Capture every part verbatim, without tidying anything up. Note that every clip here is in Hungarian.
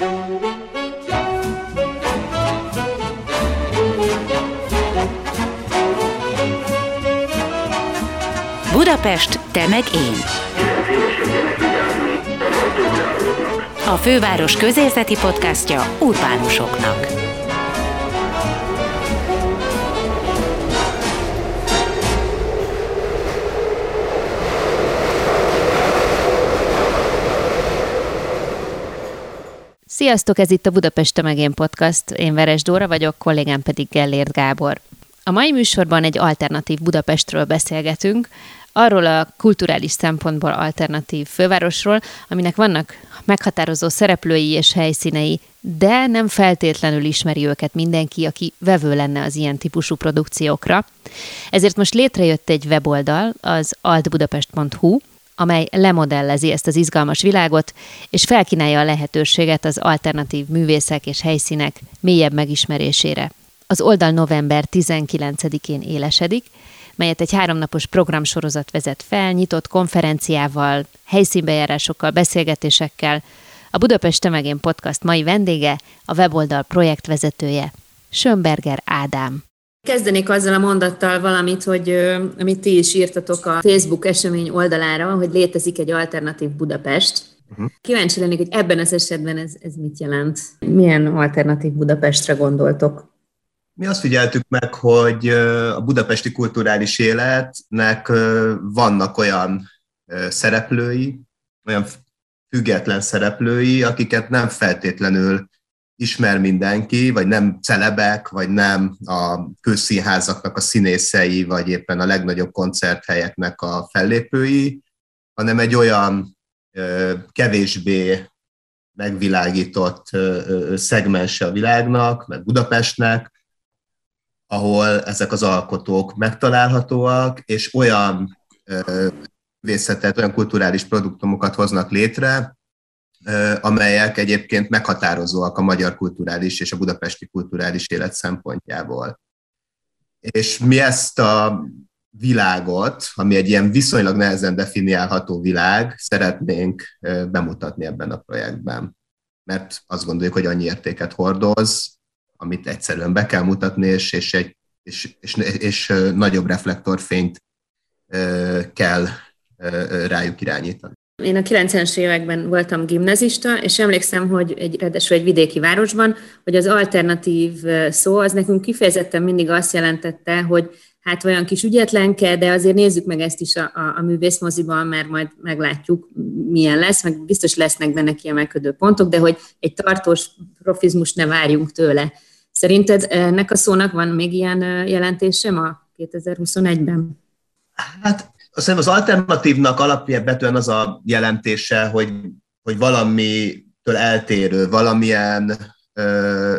Budapest, te meg én. A főváros közérzeti podcastja urbánusoknak. Sziasztok, ez itt a Budapest, te meg én podcast. Én Veres Dóra vagyok, kollégám pedig Gellért Gábor. A mai műsorban egy alternatív Budapestről beszélgetünk, arról a kulturális szempontból alternatív fővárosról, aminek vannak meghatározó szereplői és helyszínei, de nem feltétlenül ismeri őket mindenki, aki vevő lenne az ilyen típusú produkciókra. Ezért most létrejött egy weboldal, az altbudapest pont hu, amely lemodellezi ezt az izgalmas világot, és felkínálja a lehetőséget az alternatív művészek és helyszínek mélyebb megismerésére. Az oldal november tizenkilencedikén élesedik, melyet egy háromnapos programsorozat vezet fel, nyitott konferenciával, helyszínbejárásokkal, beszélgetésekkel. A Budapest, te meg én podcast mai vendége, a weboldal projektvezetője, Schönberger Ádám. Kezdenék azzal a mondattal valamit, hogy amit ti is írtatok a Facebook esemény oldalára, hogy létezik egy alternatív Budapest. Uh-huh. Kíváncsi lennék, hogy ebben az esetben ez, ez mit jelent? Milyen alternatív Budapestre gondoltok? Mi azt figyeltük meg, hogy a budapesti kulturális életnek vannak olyan szereplői, olyan független szereplői, akiket nem feltétlenül ismer mindenki, vagy nem celebek, vagy nem a közszínházaknak a színészei, vagy éppen a legnagyobb koncerthelyeknek a fellépői, hanem egy olyan kevésbé megvilágított szegmense a világnak, meg Budapestnek, ahol ezek az alkotók megtalálhatóak, és olyan művészetet, olyan kulturális produktumokat hoznak létre, amelyek egyébként meghatározóak a magyar kulturális és a budapesti kulturális élet szempontjából. És mi ezt a világot, ami egy ilyen viszonylag nehezen definiálható világ, szeretnénk bemutatni ebben a projektben. Mert azt gondoljuk, hogy annyi értéket hordoz, amit egyszerűen be kell mutatni, és, és, egy, és, és, és nagyobb reflektorfényt kell rájuk irányítani. Én a kilencvenes években voltam gimnazista, és emlékszem, hogy egy, ráadásul egy vidéki városban, hogy az alternatív szó az nekünk kifejezetten mindig azt jelentette, hogy hát olyan kis ügyetlenke, de azért nézzük meg ezt is a, a, a művészmoziban, mert majd meglátjuk, milyen lesz, meg biztos lesznek benne kiemelkedő pontok, de hogy egy tartós profizmust ne várjunk tőle. Szerinted ennek a szónak van még ilyen jelentése ma kétezer-huszonegyben? Hát szerintem az alternatívnak alapvetően az a jelentése, hogy, hogy valamitől eltérő, valamilyen ö,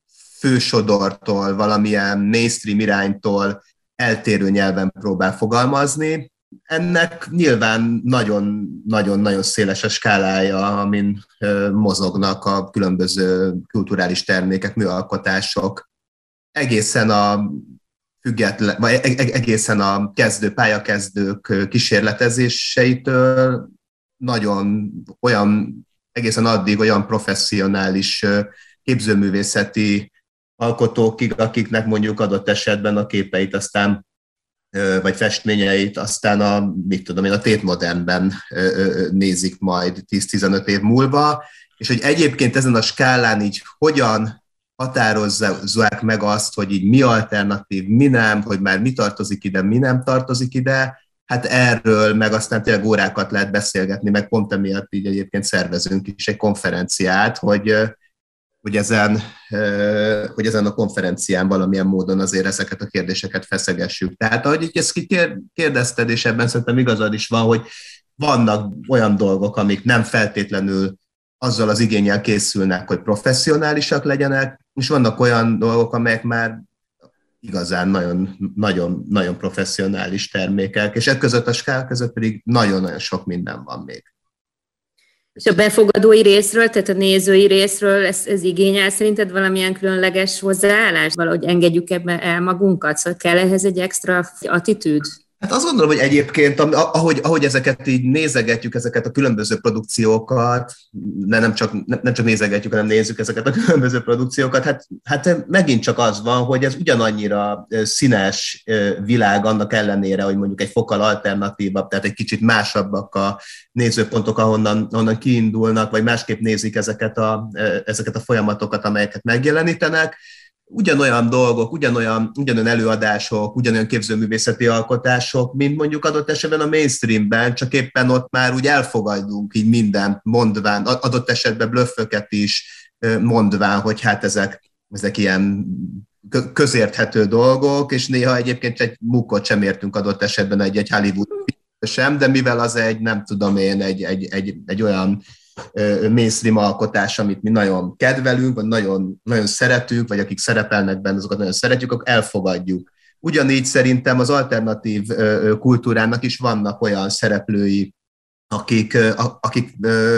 fősodortól, valamilyen mainstream iránytól eltérő nyelven próbál fogalmazni. Ennek nyilván nagyon-nagyon széles a skálája, amin ö, mozognak a különböző kulturális termékek, műalkotások. Egészen a független, vagy egészen a kezdő, pályakezdők kísérletezéseitől nagyon olyan, egészen addig olyan professzionális képzőművészeti alkotókig, akiknek mondjuk adott esetben a képeit aztán, vagy festményeit aztán a, mit tudom én, a tétmodernben nézik majd tíz-tizenöt év múlva, és hogy egyébként ezen a skálán így hogyan határozzák meg azt, hogy így mi alternatív, mi nem, hogy már mi tartozik ide, mi nem tartozik ide, hát erről meg aztán tényleg órákat lehet beszélgetni, meg pont emiatt így egyébként szervezünk is egy konferenciát, hogy, hogy, ezen, hogy ezen a konferencián valamilyen módon azért ezeket a kérdéseket feszegessük. Tehát ahogy így ezt kérdezted, és ebben szerintem igazad is van, hogy vannak olyan dolgok, amik nem feltétlenül azzal az igénnyel készülnek, hogy professzionálisak legyenek, és vannak olyan dolgok, amelyek már igazán nagyon, nagyon, nagyon professzionális termékek, és e között a skál között pedig nagyon-nagyon sok minden van még. És a befogadói részről, tehát a nézői részről ez, ez igényel szerinted valamilyen különleges hozzáállás? Valahogy engedjük ebbe el magunkat? Szóval kell ehhez egy extra attitűd? Hát azt gondolom, hogy egyébként, ahogy, ahogy ezeket így nézegetjük, ezeket a különböző produkciókat, de nem csak, nem csak nézegetjük, hanem nézzük ezeket a különböző produkciókat, hát, hát megint csak az van, hogy ez ugyanannyira színes világ annak ellenére, hogy mondjuk egy fokkal alternatívabb, tehát egy kicsit másabbak a nézőpontok, ahonnan, ahonnan kiindulnak, vagy másképp nézik ezeket a, ezeket a folyamatokat, amelyeket megjelenítenek. Ugyanolyan dolgok, ugyanolyan, ugyanolyan előadások, ugyanolyan képzőművészeti alkotások, mint mondjuk adott esetben a mainstreamben, csak éppen ott már úgy elfogadunk így mindent mondván, adott esetben blöfföket is mondván, hogy hát ezek, ezek ilyen közérthető dolgok, és néha egyébként egy mukkot sem értünk adott esetben egy, egy Hollywood sem, de mivel az egy, nem tudom én, egy, egy, egy, egy olyan mainstream alkotás, amit mi nagyon kedvelünk, vagy nagyon, nagyon szeretünk, vagy akik szerepelnek benne, azokat nagyon szeretjük, akkor elfogadjuk. Ugyanígy szerintem az alternatív kultúrának is vannak olyan szereplői, akik, akik,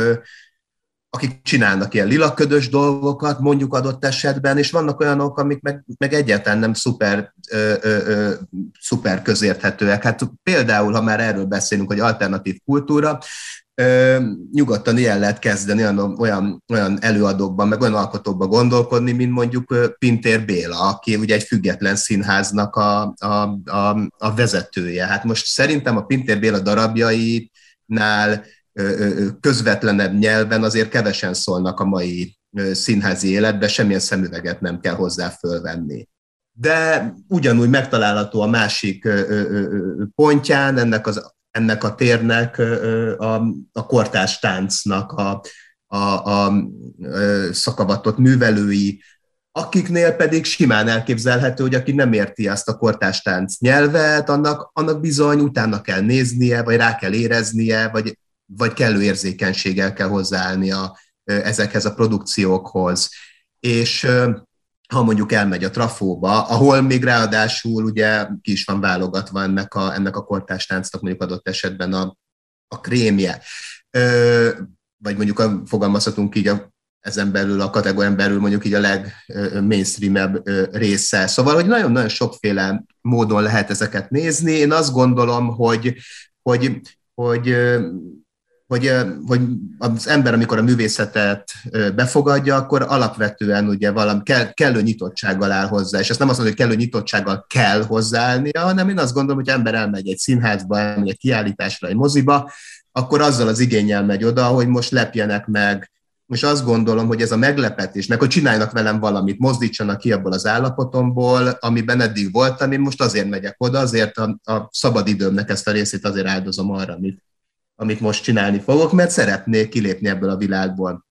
akik csinálnak ilyen lilaködös dolgokat, mondjuk adott esetben, és vannak olyanok, amik meg, meg egyáltalán nem szuper, ö, ö, szuper közérthetőek. Hát például, ha már erről beszélünk, hogy alternatív kultúra, Ö, nyugodtan ilyen lehet kezdeni olyan, olyan, olyan előadókban, meg olyan alkotókban gondolkodni, mint mondjuk Pintér Béla, aki ugye egy független színháznak a, a, a, a vezetője. Hát most szerintem a Pintér Béla darabjainál közvetlenebb nyelven azért kevesen szólnak a mai színházi életbe, semmilyen szemüveget nem kell hozzá fölvenni. De ugyanúgy megtalálható a másik pontján ennek az ennek a térnek, a, a kortárs táncnak a, a, a, a szakavatott művelői, akiknél pedig simán elképzelhető, hogy aki nem érti ezt a kortárs tánc nyelvet, annak, annak bizony utána kell néznie, vagy rá kell éreznie, vagy, vagy kellő érzékenységgel kell hozzáállnia ezekhez a produkciókhoz. És ha mondjuk elmegy a Trafóba, ahol még ráadásul ugye ki is van válogatva ennek a, ennek a kortárs táncnak mondjuk adott esetben a, a krémje. Ö, vagy mondjuk a, fogalmazhatunk így a, ezen belül, a kategórián belül mondjuk így a legmainstreamebb része. Szóval, hogy nagyon-nagyon sokféle módon lehet ezeket nézni. Én azt gondolom, hogy, hogy, hogy Hogy, hogy az ember, amikor a művészetet befogadja, akkor alapvetően ugye valami kellő nyitottsággal áll hozzá, és ezt nem azt mondom, hogy kellő nyitottsággal kell hozzáállnia, hanem én azt gondolom, hogy ember elmegy egy színházba, elmegy egy kiállításra, egy moziba, akkor azzal az igénnyel megy oda, hogy most lepjenek meg, és azt gondolom, hogy ez a meglepetés, meg hogy csináljanak velem valamit, mozdítsanak ki abból az állapotomból, amiben eddig voltam, én most azért megyek oda, azért a, a szabadidőmnek ezt a részét azért áldozom arra, amit amit most csinálni fogok, mert szeretnék kilépni ebből a világból.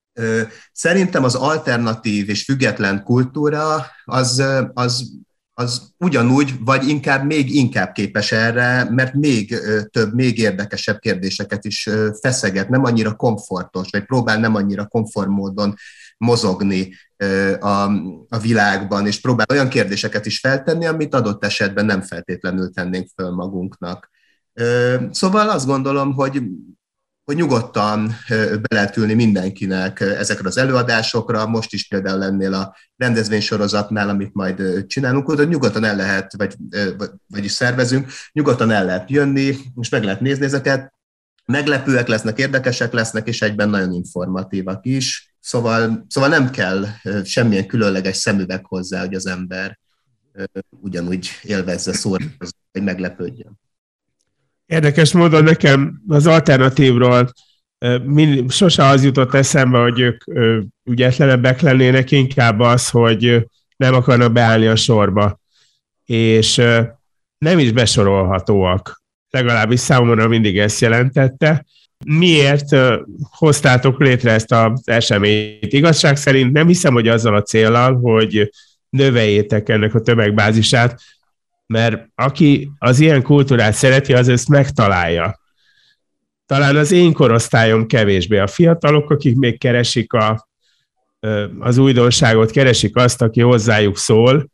Szerintem az alternatív és független kultúra az, az, az ugyanúgy, vagy inkább még inkább képes erre, mert még több, még érdekesebb kérdéseket is feszeget, nem annyira komfortos, vagy próbál nem annyira komfort módon mozogni a, a világban, és próbál olyan kérdéseket is feltenni, amit adott esetben nem feltétlenül tennénk föl magunknak. Szóval azt gondolom, hogy, hogy nyugodtan be lehet ülni mindenkinek ezekre az előadásokra, most is például lennél a rendezvénysorozatnál, amit majd csinálunk, hogy nyugodtan el lehet, vagy, vagyis szervezünk, nyugodtan el lehet jönni, és meg lehet nézni ezeket, meglepőek lesznek, érdekesek lesznek, és egyben nagyon informatívak is, szóval, szóval nem kell semmilyen különleges szemüveg hozzá, hogy az ember ugyanúgy élvezze szórakozni, hogy meglepődjön. Érdekes módon nekem az alternatívról mind, sose az jutott eszembe, hogy ők ügyetlenebbek lennének, inkább az, hogy nem akarnak beállni a sorba, és nem is besorolhatóak. Legalábbis számomra mindig ezt jelentette. Miért hoztátok létre ezt az eseményt? Igazság szerint nem hiszem, hogy azzal a céllal, hogy növeljétek ennek a tömegbázisát, mert aki az ilyen kultúrát szereti, az ezt megtalálja. Talán az én korosztályom kevésbé. A fiatalok, akik még keresik a, az újdonságot, keresik azt, aki hozzájuk szól,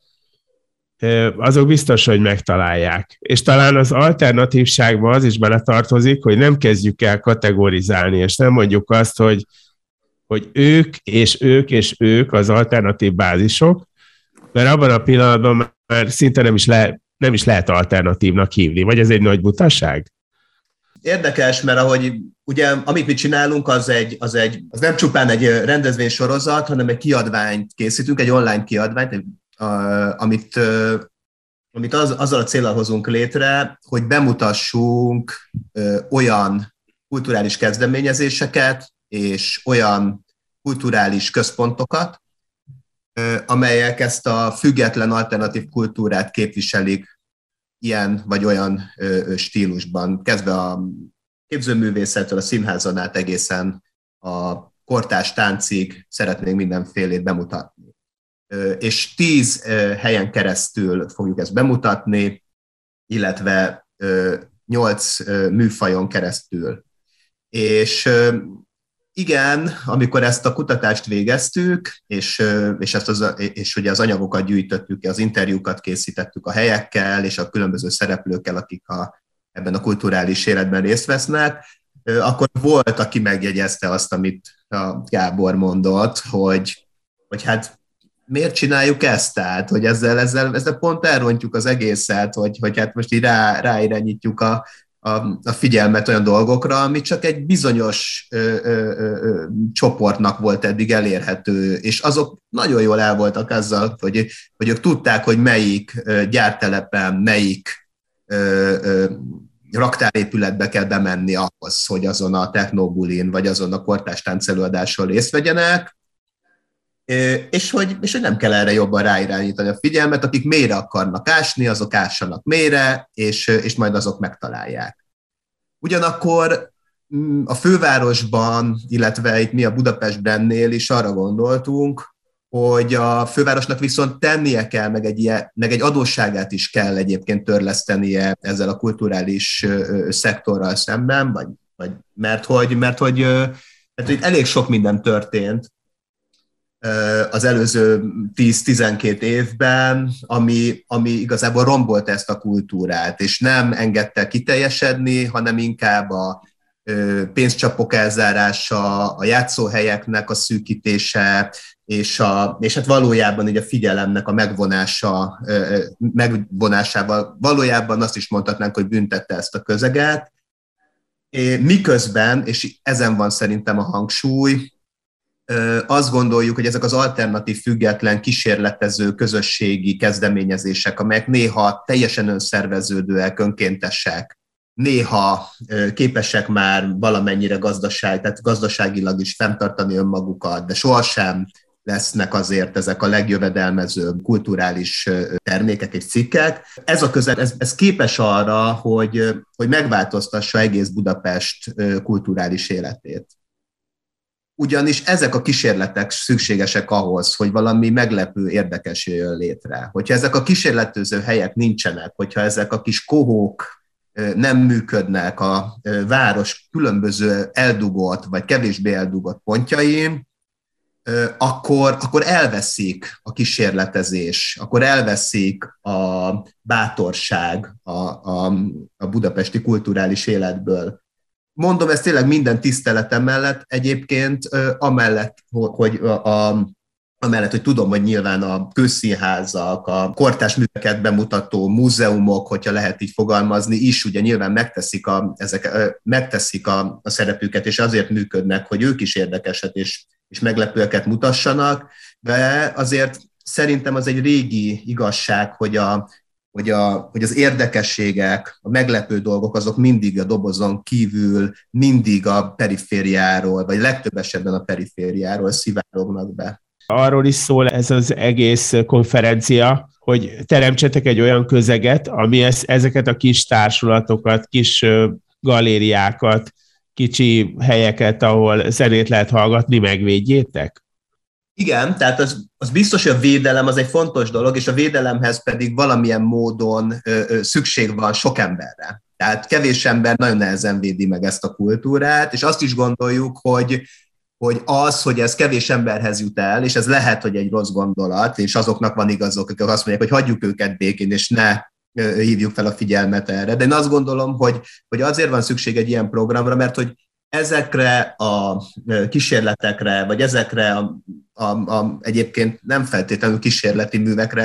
azok biztos, hogy megtalálják. És talán az alternatívságban az is beletartozik, hogy nem kezdjük el kategorizálni, és nem mondjuk azt, hogy, hogy ők és ők és ők az alternatív bázisok, mert abban a pillanatban már szinte nem is le, nem is lehet alternatívnak hívni, vagy ez egy nagy butaság? Érdekes, mert ahogy ugye, amit mi csinálunk, az, egy, az, egy, az nem csupán egy rendezvénysorozat, hanem egy kiadványt készítünk, egy online kiadványt, amit, amit az, azzal a céllal hozunk létre, hogy bemutassunk olyan kulturális kezdeményezéseket és olyan kulturális központokat, amelyek ezt a független alternatív kultúrát képviselik ilyen vagy olyan stílusban, kezdve a képzőművészettől, a színházon át egészen a kortárs táncig szeretnénk mindenfélét bemutatni. És tíz helyen keresztül fogjuk ezt bemutatni, illetve nyolc műfajon keresztül. És igen, amikor ezt a kutatást végeztük, és, és, ezt az, és ugye az anyagokat gyűjtöttük, az interjúkat készítettük a helyekkel, és a különböző szereplőkkel, akik a, ebben a kulturális életben részt vesznek, akkor volt, aki megjegyezte azt, amit a Gábor mondott, hogy, hogy hát miért csináljuk ezt? Tehát, hogy ezzel, ezzel, ezzel pont elrontjuk az egészet, hogy, hogy hát most így rá, ráirányítjuk a, a, a figyelmet olyan dolgokra, ami csak egy bizonyos ö, ö, ö, csoportnak volt eddig elérhető, és azok nagyon jól el voltak azzal, hogy, hogy ők tudták, hogy melyik gyártelepen, melyik ö, ö, raktárépületbe kell bemenni ahhoz, hogy azon a technobulin, vagy azon a kortárs táncelőadáson részt vegyenek, és hogy, és hogy nem kell erre jobban ráirányítani a figyelmet, akik mélyre akarnak ásni, azok ássanak mélyre, és, és majd azok megtalálják. Ugyanakkor a fővárosban, illetve itt mi a Budapest Brandnél is arra gondoltunk, hogy a fővárosnak viszont tennie kell, meg egy, ilyen, meg egy adósságát is kell egyébként törlesztenie ezzel a kulturális szektorral szemben, vagy, vagy mert hogy, mert hogy, mert hogy elég sok minden történt az előző tíz-tizenkét évben, ami, ami igazából rombolt ezt a kultúrát, és nem engedte kiteljesedni, hanem inkább a pénzcsapok elzárása, a játszóhelyeknek a szűkítése, és, a, és hát valójában így a figyelemnek a megvonása, megvonásával valójában azt is mondhatnánk, hogy büntette ezt a közeget. Miközben, és ezen van szerintem a hangsúly, azt gondoljuk, hogy ezek az alternatív, független, kísérletező közösségi kezdeményezések, amelyek néha teljesen önszerveződőek, önkéntesek, néha képesek már valamennyire gazdaság, tehát gazdaságilag is fenntartani önmagukat, de sohasem lesznek azért ezek a legjövedelmezőbb kulturális termékek és cikkek. Ez a közeg, ez, ez képes arra, hogy, hogy megváltoztassa egész Budapest kulturális életét. Ugyanis ezek a kísérletek szükségesek ahhoz, hogy valami meglepő, érdekes jöjjön létre. Hogyha ezek a kísérletező helyek nincsenek, hogyha ezek a kis kohók nem működnek a város különböző eldugott vagy kevésbé eldugott pontjain, akkor, akkor elveszik a kísérletezés, akkor elveszik a bátorság a, a, a budapesti kulturális életből. Mondom ezt tényleg minden tiszteletem mellett egyébként, amellett, hogy, a, amellett, hogy tudom, hogy nyilván a közszínházak, a kortárs műveket bemutató múzeumok, hogyha lehet így fogalmazni, is ugye nyilván megteszik a, ezek, megteszik a, a szerepüket, és azért működnek, hogy ők is érdekeset és, és meglepőeket mutassanak, de azért szerintem az egy régi igazság, hogy a Hogy, a, hogy az érdekességek, a meglepő dolgok, azok mindig a dobozon kívül, mindig a perifériáról, vagy legtöbb esetben a perifériáról szivárognak be. Arról is szól ez az egész konferencia, hogy teremtsetek egy olyan közeget, ami ezeket a kis társulatokat, kis galériákat, kicsi helyeket, ahol zenét lehet hallgatni, megvédjétek? Igen, tehát az, az biztos, hogy a védelem az egy fontos dolog, és a védelemhez pedig valamilyen módon ö, ö, szükség van sok emberre. Tehát kevés ember nagyon nehezen védi meg ezt a kultúrát, és azt is gondoljuk, hogy, hogy az, hogy ez kevés emberhez jut el, és ez lehet, hogy egy rossz gondolat, és azoknak van igazok, akik azt mondják, hogy hagyjuk őket békén, és ne ö, hívjuk fel a figyelmet erre. De én azt gondolom, hogy, hogy azért van szükség egy ilyen programra, mert hogy ezekre a kísérletekre, vagy ezekre a, a, a egyébként nem feltétlenül kísérleti művekre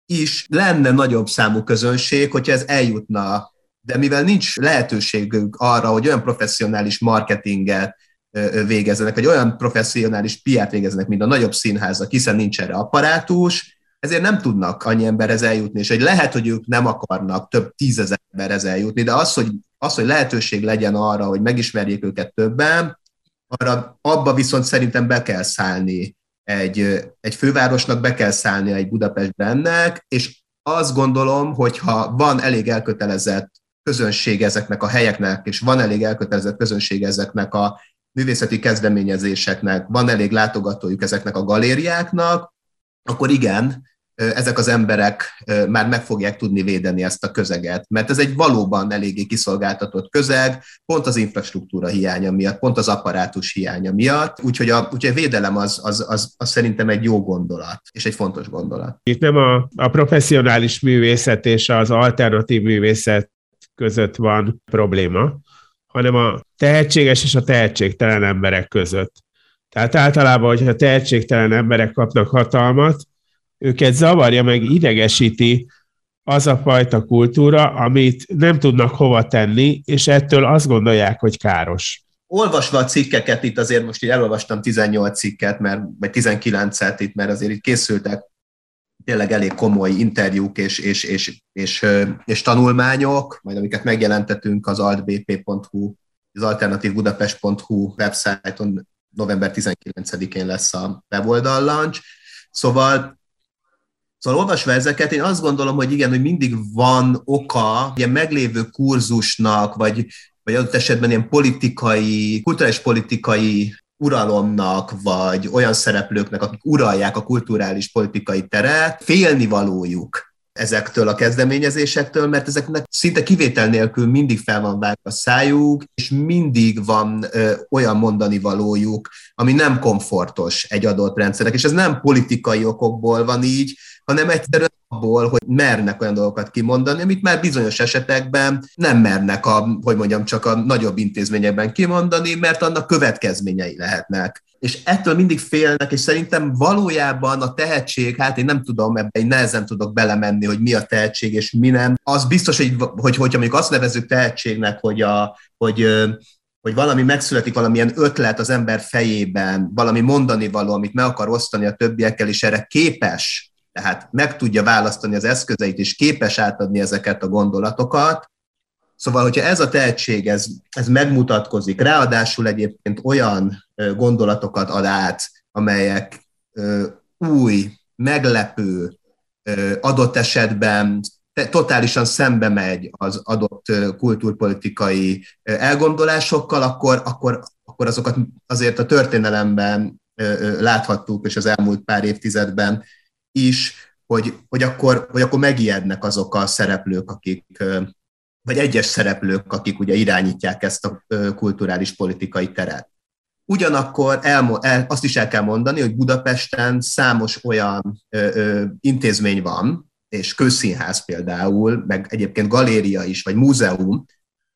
is lenne nagyobb számú közönség, hogyha ez eljutna, de mivel nincs lehetőségük arra, hogy olyan professzionális marketinget végezzenek, vagy olyan professzionális pé er-t végezzenek, mint a nagyobb színházak, hiszen nincs erre apparátus, ezért nem tudnak annyi emberhez eljutni, és hogy lehet, hogy ők nem akarnak több tízezer emberhez eljutni, de az, hogy, az, hogy lehetőség legyen arra, hogy megismerjék őket többen, arra, abba viszont szerintem be kell szállni egy, egy fővárosnak, be kell szállni egy Budapestbe ennek, és azt gondolom, hogyha van elég elkötelezett közönség ezeknek a helyeknek, és van elég elkötelezett közönség ezeknek a művészeti kezdeményezéseknek, van elég látogatójuk ezeknek a galériáknak, akkor igen, ezek az emberek már meg fogják tudni védeni ezt a közeget, mert ez egy valóban eléggé kiszolgáltatott közeg, pont az infrastruktúra hiánya miatt, pont az apparátus hiánya miatt, úgyhogy a, úgyhogy a védelem az, az, az, az szerintem egy jó gondolat, és egy fontos gondolat. Itt nem a, a professzionális művészet és az alternatív művészet között van probléma, hanem a tehetséges és a tehetségtelen emberek között. Tehát általában, hogyha tehetségtelen emberek kapnak hatalmat, őket zavarja, meg idegesíti az a fajta kultúra, amit nem tudnak hova tenni, és ettől azt gondolják, hogy káros. Olvasva a cikkeket, itt azért most így elolvastam tizennyolc cikket, mert, vagy tizenkilencet itt, mert azért itt készültek tényleg elég komoly interjúk és, és, és, és, és tanulmányok, majd amiket megjelentetünk az altbp pont hu, az alternatívbudapest pont hu websájton november tizenkilencedikén lesz a weboldal launch. Szóval, szóval olvasva ezeket, én azt gondolom, hogy igen, hogy mindig van oka ilyen meglévő kurzusnak, vagy, vagy adott esetben ilyen politikai, kulturális politikai uralomnak, vagy olyan szereplőknek, akik uralják a kulturális politikai teret, félnivalójuk ezektől a kezdeményezésektől, mert ezeknek szinte kivétel nélkül mindig fel van vágva a szájuk, és mindig van ö, olyan mondani valójuk, ami nem komfortos egy adott rendszernek, és ez nem politikai okokból van így, hanem egyszerűen abból, hogy mernek olyan dolgokat kimondani, amit már bizonyos esetekben nem mernek a, hogy mondjam, csak a nagyobb intézményekben kimondani, mert annak következményei lehetnek. És ettől mindig félnek, és szerintem valójában a tehetség, hát én nem tudom, ebben én nehezen tudok belemenni, hogy mi a tehetség és mi nem. Az biztos, hogy, hogy hogyha mondjuk azt nevezzük tehetségnek, hogy, a, hogy, hogy valami megszületik, valamilyen ötlet az ember fejében, valami mondani való, amit meg akar osztani a többiekkel, és erre képes, tehát meg tudja választani az eszközeit, és képes átadni ezeket a gondolatokat. Szóval, hogyha ez a tehetség, ez, ez megmutatkozik, ráadásul egyébként olyan gondolatokat ad át, amelyek ö, új, meglepő, ö, adott esetben totálisan szembe megy az adott kultúrpolitikai elgondolásokkal, akkor, akkor, akkor azokat azért a történelemben ö, ö, láthattuk, és az elmúlt pár évtizedben is, hogy, hogy, akkor, hogy akkor megijednek azok a szereplők, akik, vagy egyes szereplők, akik ugye irányítják ezt a kulturális politikai teret. Ugyanakkor el, el, azt is el kell mondani, hogy Budapesten számos olyan ö, ö, intézmény van, és közszínház például, meg egyébként galéria is, vagy múzeum,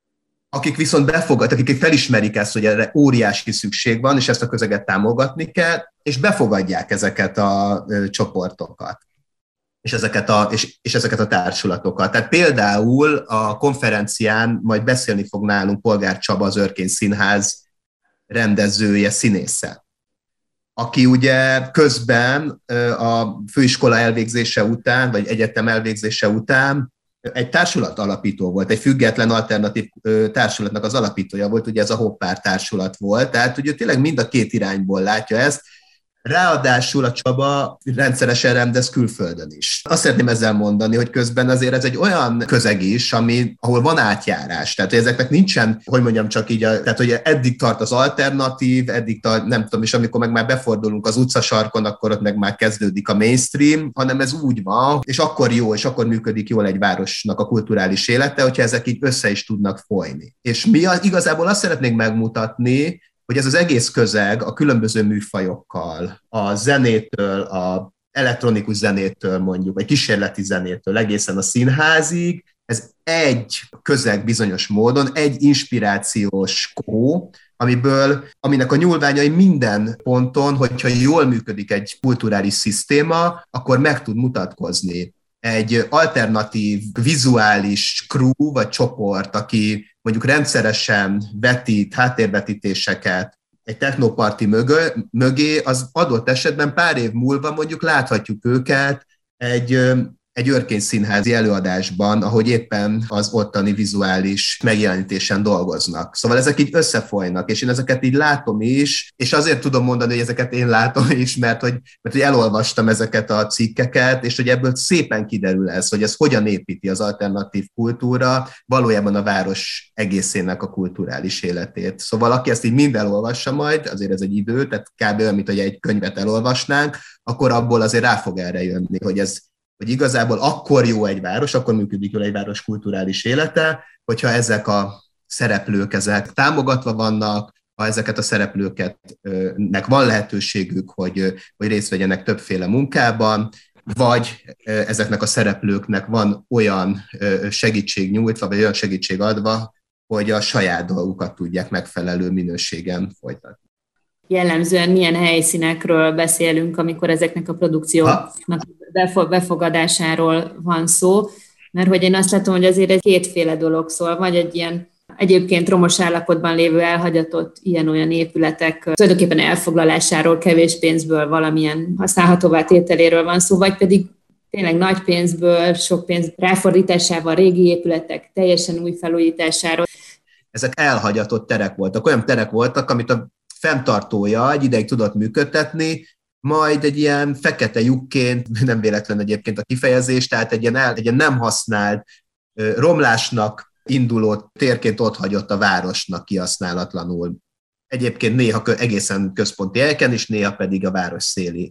akik viszont befogadják, akik felismerik ezt, hogy erre óriási szükség van, és ezt a közeget támogatni kell, és befogadják ezeket a ö, csoportokat, és ezeket, a, és, és ezeket a társulatokat. Tehát például a konferencián majd beszélni fog nálunk Polgár Csaba, az Örkény Színház rendezője, színésze, aki ugye közben a főiskola elvégzése után, vagy egyetem elvégzése után egy társulat alapító volt, egy független alternatív társulatnak az alapítója volt, ugye ez a Hoppár társulat volt, tehát ugye tényleg mind a két irányból látja ezt. Ráadásul a Csaba rendszeresen rendez külföldön is. Azt szeretném ezzel mondani, hogy közben azért ez egy olyan közeg is, ami, ahol van átjárás. Tehát, hogy ezeknek nincsen, hogy mondjam csak így, a, tehát, hogy eddig tart az alternatív, eddig tart, nem tudom, és amikor meg már befordulunk az utcasarkon, akkor ott meg már kezdődik a mainstream, hanem ez úgy van, és akkor jó, és akkor működik jól egy városnak a kulturális élete, hogyha ezek így össze is tudnak folyni. És mi az, igazából azt szeretnénk megmutatni, hogy ez az egész közeg a különböző műfajokkal, a zenétől, a elektronikus zenétől mondjuk, vagy kísérleti zenétől egészen a színházig, ez egy közeg bizonyos módon, egy inspirációs kó, amiből, aminek a nyúlványai minden ponton, hogyha jól működik egy kulturális szisztéma, akkor meg tud mutatkozni. egy alternatív vizuális crew vagy csoport, aki mondjuk rendszeresen vetít háttérvetítéseket egy technoparti mögö, mögé, az adott esetben pár év múlva mondjuk láthatjuk őket egy, egy Örkény színházi előadásban, ahogy éppen az ottani vizuális megjelenítésen dolgoznak. Szóval ezek így összefolynak, és én ezeket így látom is, és azért tudom mondani, hogy ezeket én látom is, mert hogy, mert hogy elolvastam ezeket a cikkeket, és hogy ebből szépen kiderül ez, hogy ez hogyan építi az alternatív kultúra valójában a város egészének a kulturális életét. Szóval aki ezt így mind elolvassa majd, azért ez egy idő, tehát kb. Olyan, mint hogy egy könyvet elolvasnánk, akkor abból azért rá fog erre jönni, hogy ez hogy igazából akkor jó egy város, akkor működik jól egy város kulturális élete, hogyha ezek a szereplők, ezek támogatva vannak, ha ezeket a szereplőknek van lehetőségük, hogy, hogy részt vegyenek többféle munkában, vagy ezeknek a szereplőknek van olyan segítség nyújtva, vagy olyan segítség adva, hogy a saját dolgukat tudják megfelelő minőségen folytatni. Jellemzően milyen helyszínekről beszélünk, amikor ezeknek a produkcióknak befogadásáról van szó, mert hogy én azt látom, hogy azért egy kétféle dolog szól, vagy egy ilyen egyébként romos állapotban lévő elhagyatott ilyen-olyan épületek tulajdonképpen elfoglalásáról, kevés pénzből valamilyen használhatóvá tételéről van szó, vagy pedig tényleg nagy pénzből, sok pénz ráfordításával, régi épületek teljesen új felújításáról. Ezek elhagyatott terek voltak, olyan terek voltak, amit a fenntartója egy ideig tudott működtetni, majd egy ilyen fekete lyukként, nem véletlen egyébként a kifejezés, tehát egy ilyen, el, egy ilyen nem használt, romlásnak induló térként ott hagyott a városnak kihasználatlanul. Egyébként néha egészen központi helyeken, és néha pedig a város széli,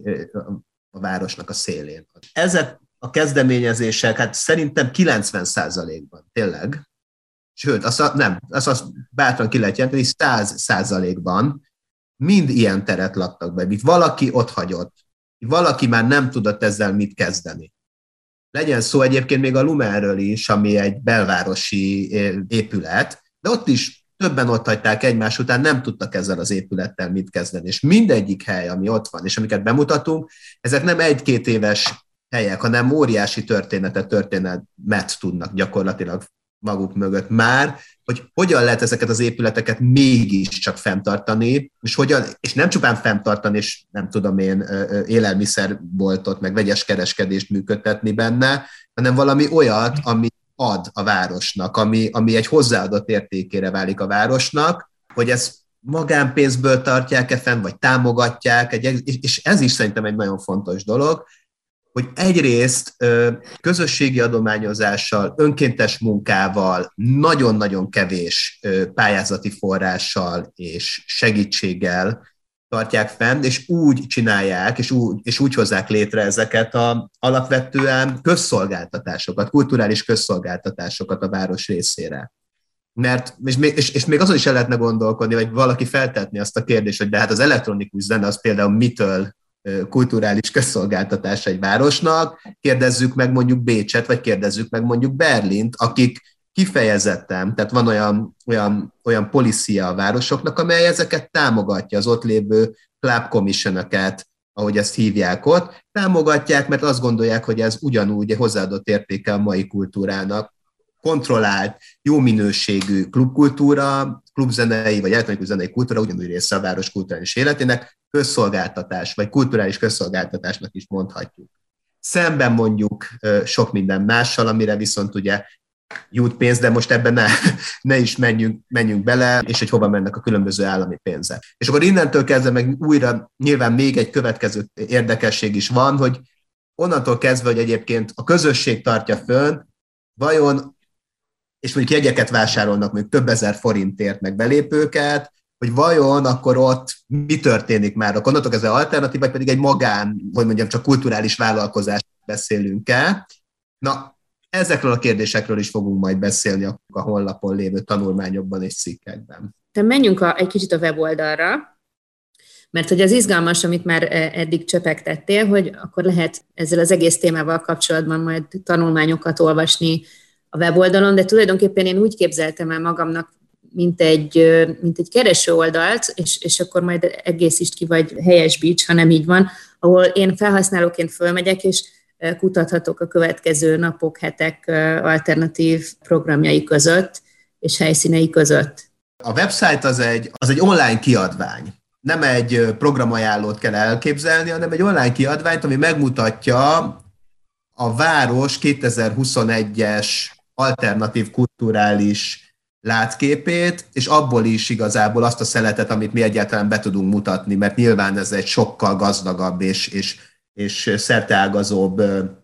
a városnak a szélén. Ezek a kezdeményezések, hát szerintem kilencven százalékban tényleg, sőt, azt, nem, azt, azt bátran ki lehet jelenteni, száz százalékban mind ilyen teret laktak be, itt valaki ott hagyott, valaki már nem tudott ezzel mit kezdeni. Legyen szó egyébként még a Lumenről is, ami egy belvárosi épület, de ott is többen ott hagyták egymás után, nem tudtak ezzel az épülettel mit kezdeni. És mindegyik hely, ami ott van, és amiket bemutatunk, ezek nem egy-két éves helyek, hanem óriási történetet, történetet tudnak gyakorlatilag maguk mögött már, hogy hogyan lehet ezeket az épületeket mégiscsak fenntartani, és, hogyan, és nem csupán fenntartani, és nem tudom én élelmiszerboltot, meg vegyes kereskedést működtetni benne, hanem valami olyat, ami ad a városnak, ami, ami egy hozzáadott értékére válik a városnak, hogy ezt magánpénzből tartják-e fenn, vagy támogatják, és ez is szerintem egy nagyon fontos dolog, hogy egyrészt közösségi adományozással, önkéntes munkával, nagyon-nagyon kevés pályázati forrással és segítséggel tartják fenn, és úgy csinálják, és úgy, és úgy hozzák létre ezeket a alapvetően közszolgáltatásokat, kulturális közszolgáltatásokat a város részére. Mert, és még, és, és még azon is el lehetne gondolkodni, vagy valaki feltetni azt a kérdést, hogy de hát az elektronikus zene az például mitől kulturális közszolgáltatás egy városnak, kérdezzük meg mondjuk Bécset, vagy kérdezzük meg mondjuk Berlint, akik kifejezetten, tehát van olyan, olyan, olyan policia a városoknak, amely ezeket támogatja, az ott lévő club commission-öket, ahogy ezt hívják ott, támogatják, mert azt gondolják, hogy ez ugyanúgy hozzáadott értéke a mai kultúrának. Kontrollált, jó minőségű klubkultúra, klubzenei vagy elektronikus zenei kultúra ugyanúgy része a város kulturális életének, közszolgáltatás, vagy kulturális közszolgáltatásnak is mondhatjuk. Szemben mondjuk sok minden mással, amire viszont ugye jut pénz, de most ebben ne, ne is menjünk, menjünk bele, és hogy hova mennek a különböző állami pénzek. És akkor innentől kezdve meg újra nyilván még egy következő érdekesség is van, hogy onnantól kezdve, hogy egyébként a közösség tartja fönn, vajon, és mondjuk jegyeket vásárolnak mondjuk több ezer forintért meg belépőket, hogy vajon akkor ott mi történik már, akkor onnantól kezdve alternatív, vagy pedig egy magán, hogy mondjam, csak kulturális vállalkozást beszélünk-e. Na, ezekről a kérdésekről is fogunk majd beszélni a honlapon lévő tanulmányokban és cikkekben. De menjünk a, egy kicsit a weboldalra, mert hogy az izgalmas, amit már eddig csöpegtettél, hogy akkor lehet ezzel az egész témával kapcsolatban majd tanulmányokat olvasni a weboldalon, de tulajdonképpen én úgy képzeltem el magamnak, mint egy, mint egy kereső oldalt, és, és akkor majd egészítsd ki, vagy helyesbíts, ha nem így van, ahol én felhasználóként fölmegyek, és kutathatók a következő napok, hetek alternatív programjai között és helyszínei között. A website az egy, az egy online kiadvány. Nem egy programajánlót kell elképzelni, hanem egy online kiadványt, ami megmutatja a város kétezer-huszonegyes alternatív kulturális látképét, és abból is igazából azt a szeletet, amit mi egyáltalán be tudunk mutatni, mert nyilván ez egy sokkal gazdagabb és, és, és szerteágazóbb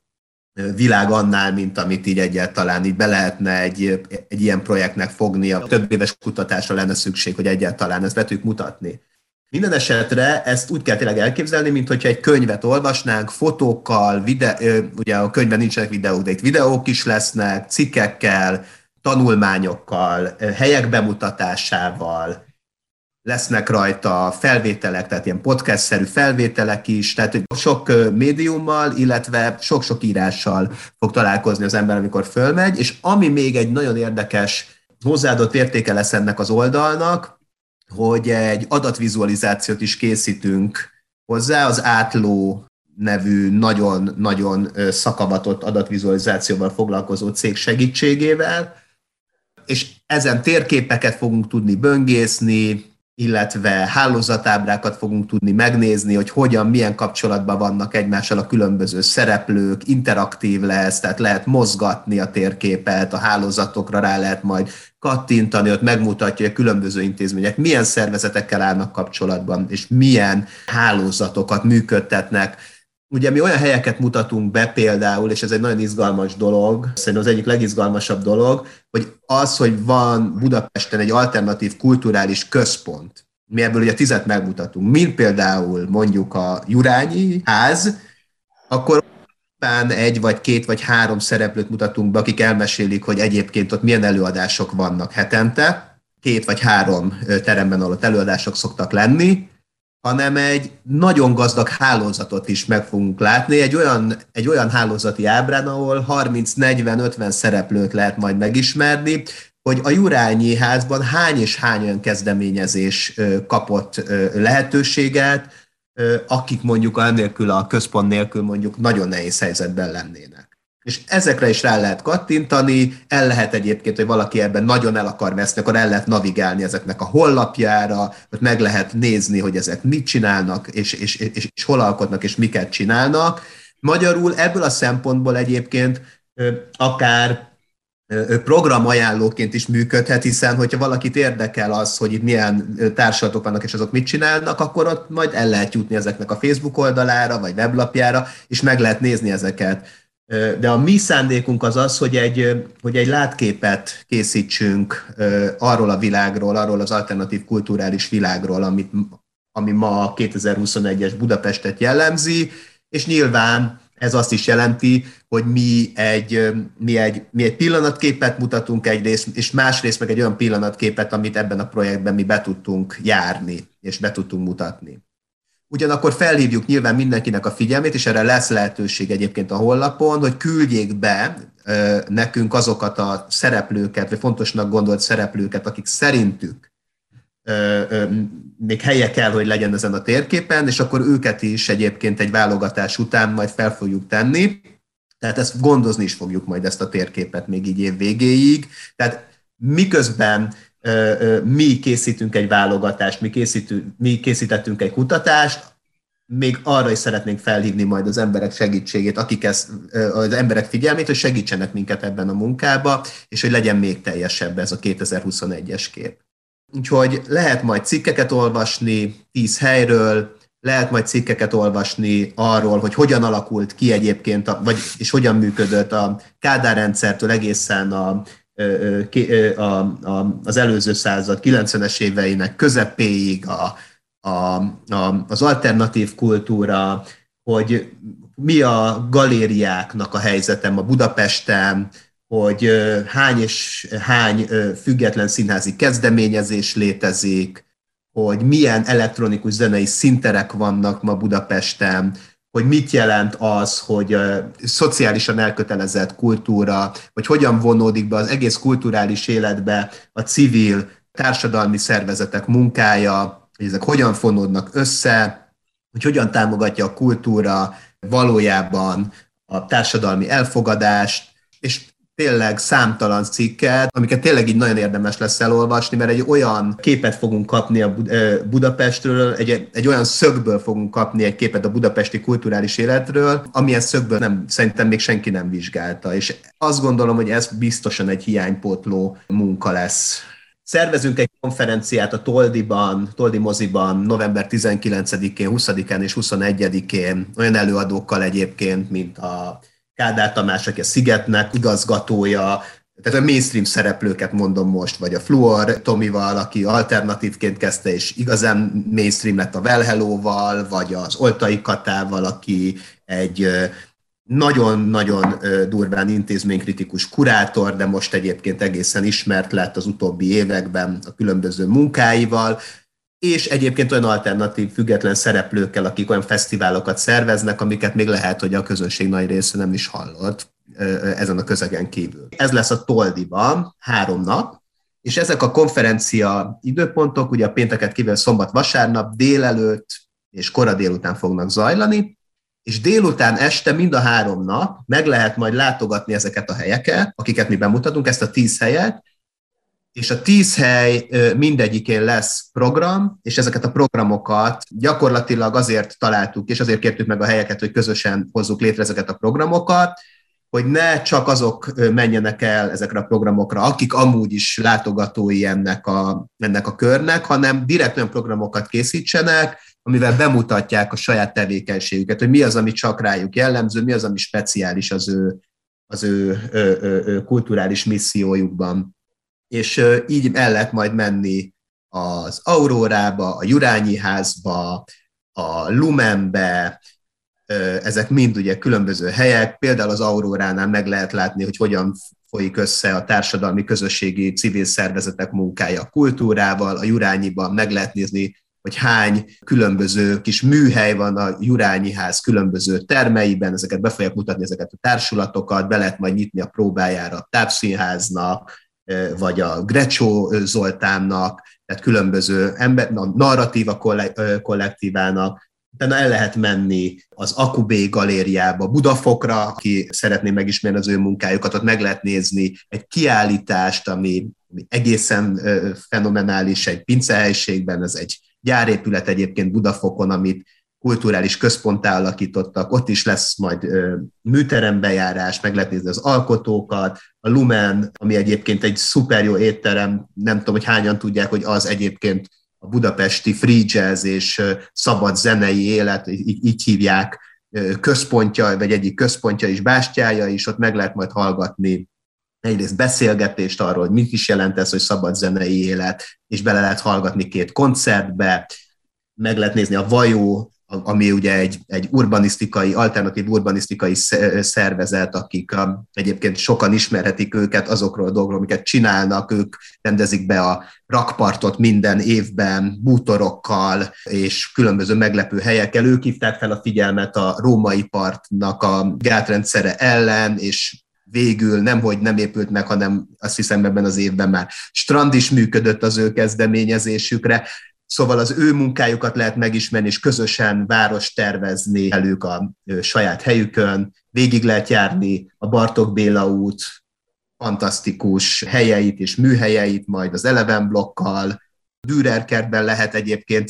világ annál, mint amit így egyáltalán így be lehetne egy, egy ilyen projektnek fogni. A több éves kutatásra lenne szükség, hogy egyáltalán ezt be tudjuk mutatni. Minden esetre ezt úgy kell tényleg elképzelni, mint hogyha egy könyvet olvasnánk, fotókkal, videó, ugye a könyvben nincsenek videók, de itt videók is lesznek, cikkekkel, tanulmányokkal, helyek bemutatásával, lesznek rajta felvételek, tehát ilyen podcast-szerű felvételek is, tehát sok médiummal, illetve sok-sok írással fog találkozni az ember, amikor fölmegy, és ami még egy nagyon érdekes hozzáadott értéke lesz ennek az oldalnak, hogy egy adatvizualizációt is készítünk hozzá, az Átló nevű nagyon-nagyon szakavatott adatvizualizációval foglalkozó cég segítségével, és ezen térképeket fogunk tudni böngészni, illetve hálózatábrákat fogunk tudni megnézni, hogy hogyan, milyen kapcsolatban vannak egymással a különböző szereplők, interaktív lesz, tehát lehet mozgatni a térképet, a hálózatokra rá lehet majd kattintani, ott megmutatja, hogy a különböző intézmények milyen szervezetekkel állnak kapcsolatban, és milyen hálózatokat működtetnek. Ugye mi olyan helyeket mutatunk be például, és ez egy nagyon izgalmas dolog, szerintem az egyik legizgalmasabb dolog, hogy az, hogy van Budapesten egy alternatív kulturális központ, mi ebből ugye tizet megmutatunk, mint például mondjuk a Jurányi ház, akkor egy vagy két vagy három szereplőt mutatunk be, akik elmesélik, hogy egyébként ott milyen előadások vannak hetente, két vagy három teremben, ahol ott előadások szoktak lenni, hanem egy nagyon gazdag hálózatot is meg fogunk látni, egy olyan, egy olyan hálózati ábrán, ahol harminc, negyven, ötven szereplőt lehet majd megismerni, hogy a Jurányi házban hány és hány olyan kezdeményezés kapott lehetőséget, akik mondjuk annélkül a központ nélkül mondjuk nagyon nehéz helyzetben lennének. És ezekre is rá lehet kattintani, el lehet egyébként, hogy valaki ebben nagyon el akar veszni, akkor el lehet navigálni ezeknek a honlapjára, ott meg lehet nézni, hogy ezek mit csinálnak, és, és, és, és hol alkotnak, és miket csinálnak. Magyarul ebből a szempontból egyébként akár programajánlóként is működhet, hiszen hogyha valakit érdekel az, hogy itt milyen társulatok vannak, és azok mit csinálnak, akkor ott majd el lehet jutni ezeknek a Facebook oldalára, vagy weblapjára, és meg lehet nézni ezeket. De a mi szándékunk az az, hogy egy, hogy egy látképet készítsünk arról a világról, arról az alternatív kulturális világról, amit, ami ma a kétezer-huszonegyes Budapestet jellemzi, és nyilván ez azt is jelenti, hogy mi egy, mi egy, mi egy pillanatképet mutatunk egyrészt, és másrészt meg egy olyan pillanatképet, amit ebben a projektben mi be tudtunk járni, és be tudtunk mutatni. Ugyanakkor felhívjuk nyilván mindenkinek a figyelmét, és erre lesz lehetőség egyébként a honlapon, hogy küldjék be ö, nekünk azokat a szereplőket, vagy fontosnak gondolt szereplőket, akik szerintük ö, ö, még helye kell, hogy legyen ezen a térképen, és akkor őket is egyébként egy válogatás után majd fel fogjuk tenni. Tehát ezt gondozni is fogjuk majd ezt a térképet még így év végéig. Tehát miközben mi készítünk egy válogatást, mi, készítünk, mi készítettünk egy kutatást, még arra is szeretnénk felhívni majd az emberek segítségét, akik ezt, az emberek figyelmét, hogy segítsenek minket ebben a munkába, és hogy legyen még teljesebb ez a kétezer-huszonegyes kép. Úgyhogy lehet majd cikkeket olvasni tíz helyről, lehet majd cikkeket olvasni arról, hogy hogyan alakult ki egyébként, a, vagy, és hogyan működött a Kádár rendszertől egészen a A, a, az előző század kilencvenes éveinek közepéig a, a, a, az alternatív kultúra, hogy mi a galériáknak a helyzete ma Budapesten, hogy hány és hány független színházi kezdeményezés létezik, hogy milyen elektronikus zenei színterek vannak ma Budapesten, hogy mit jelent az, hogy uh, szociálisan elkötelezett kultúra, hogy hogyan vonódik be az egész kulturális életbe a civil, társadalmi szervezetek munkája, hogy ezek hogyan fonódnak össze, hogy hogyan támogatja a kultúra valójában a társadalmi elfogadást, és tényleg számtalan cikket, amiket tényleg így nagyon érdemes lesz elolvasni, mert egy olyan képet fogunk kapni a Budapestről, egy, egy olyan szögből fogunk kapni egy képet a budapesti kulturális életről, amilyen szögből nem, szerintem még senki nem vizsgálta, és azt gondolom, hogy ez biztosan egy hiánypótló munka lesz. Szervezünk egy konferenciát a Toldiban, Toldi moziban november tizenkilencedikén, huszadikán és huszonegyedikén, olyan előadókkal egyébként, mint a Kádár Tamás, aki a Szigetnek igazgatója, tehát a mainstream szereplőket mondom most, vagy a Fluor Tomival, aki alternatívként kezdte, és igazán mainstream lett a Well Hello-val, vagy az Oltai Katával, aki egy nagyon-nagyon durván intézménykritikus kurátor, de most egyébként egészen ismert lett az utóbbi években a különböző munkáival, és egyébként olyan alternatív, független szereplőkkel, akik olyan fesztiválokat szerveznek, amiket még lehet, hogy a közönség nagy része nem is hallott ezen a közegen kívül. Ez lesz a Toldiban három nap, és ezek a konferencia időpontok, ugye a pénteket kívül szombat, vasárnap, délelőtt és kora délután fognak zajlani, és délután este mind a három nap meg lehet majd látogatni ezeket a helyeket, akiket mi bemutatunk, ezt a tíz helyet, és a tíz hely mindegyikén lesz program, és ezeket a programokat gyakorlatilag azért találtuk, és azért kértük meg a helyeket, hogy közösen hozzuk létre ezeket a programokat, hogy ne csak azok menjenek el ezekre a programokra, akik amúgy is látogatói ennek a, ennek a körnek, hanem direkt olyan programokat készítsenek, amivel bemutatják a saját tevékenységüket, hogy mi az, ami csak rájuk jellemző, mi az, ami speciális az ő, az ő, ő, ő, ő kulturális missziójukban. És így el lehet majd menni az Aurórába, a Jurányi házba, a Lumenbe, ezek mind ugye különböző helyek, például az Auróránál meg lehet látni, hogy hogyan folyik össze a társadalmi, közösségi, civil szervezetek munkája a kultúrával, a Jurányiban meg lehet nézni, hogy hány különböző kis műhely van a Jurányi ház különböző termeiben, ezeket be fogják mutatni, ezeket a társulatokat, be lehet majd nyitni a próbájára a Tápszínháznak, vagy a Grecsó Zoltánnak, tehát különböző ember, a narratíva kollektívának. Utána el lehet menni az Akubé galériába, Budafokra, aki szeretné megismerni az ő munkájukat, ott meg lehet nézni egy kiállítást, ami egészen fenomenális, egy pincehelyiségben, ez egy gyárépület egyébként Budafokon, amit kulturális központtá alakítottak, ott is lesz majd ö, műterembejárás, meg lehet nézni az alkotókat, a Lumen, ami egyébként egy szuper jó étterem, nem tudom, hogy hányan tudják, hogy az egyébként a budapesti free jazz és ö, szabad zenei élet, így, így hívják, ö, központja, vagy egyik központja is, bástyája is, ott meg lehet majd hallgatni egyrészt beszélgetést arról, hogy mit is jelent ez, hogy szabad zenei élet, és bele lehet hallgatni két koncertbe, meg lehet nézni a Vajó, ami ugye egy, egy urbanisztikai, alternatív urbanisztikai szervezet, akik a, egyébként sokan ismerhetik őket azokról a dolgokról, amiket csinálnak, ők rendezik be a rakpartot minden évben bútorokkal és különböző meglepő helyekkel. Ők hívták fel a figyelmet a római partnak a gátrendszere ellen, és végül nemhogy nem épült meg, hanem azt hiszem ebben az évben már strand is működött az ő kezdeményezésükre. Szóval az ő munkájukat lehet megismerni, és közösen város tervezni velük a saját helyükön. Végig lehet járni a Bartók Béla út fantasztikus helyeit és műhelyeit, majd az Eleven blokkal. Dürer kertben lehet egyébként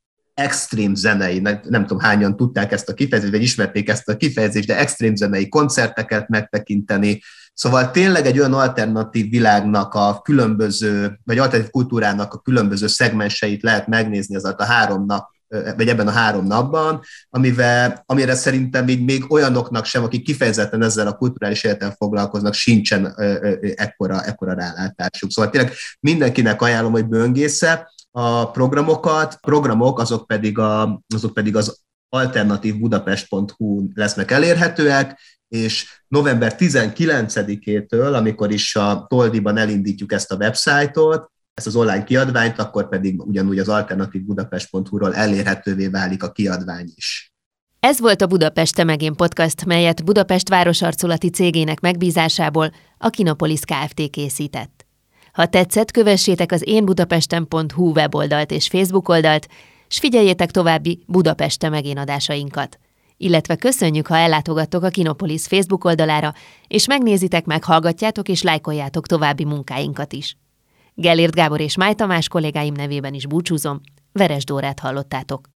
extrém zenei, nem, nem tudom hányan tudták ezt a kifejezést, vagy ismerték ezt a kifejezést, de extrém zenei koncerteket megtekinteni. Szóval tényleg egy olyan alternatív világnak a különböző, vagy alternatív kultúrának a különböző szegmenseit lehet megnézni az a három nap, vagy ebben a három napban, amivel, amire szerintem még, még olyanoknak sem, akik kifejezetten ezzel a kulturális életen foglalkoznak, sincsen ekkora, ekkora rálátásuk. Szóval tényleg mindenkinek ajánlom, hogy böngésze a programokat, programok azok pedig, a, azok pedig az alternatív budapest pont hu lesznek elérhetőek, és november tizenkilencedikétől, amikor is a Toldiban elindítjuk ezt a websájtot, ezt az online kiadványt, akkor pedig ugyanúgy az alternatív budapest pont hu-ról elérhetővé válik a kiadvány is. Ez volt a Budapest Te meg én podcast, melyet Budapest városarculati cégének megbízásából a Kinopolis Kft. Készített. Ha tetszett, kövessétek az én budapesten pont hu weboldalt és Facebook oldalt, s figyeljétek további Budapest Te meg én adásainkat. illetve köszönjük, ha ellátogattok a Kinopolis Facebook oldalára, és megnézitek, meghallgatjátok és lájkoljátok további munkáinkat is. Gellért Gábor és Máj Tamás kollégáim nevében is búcsúzom, Veres Dórát hallottátok.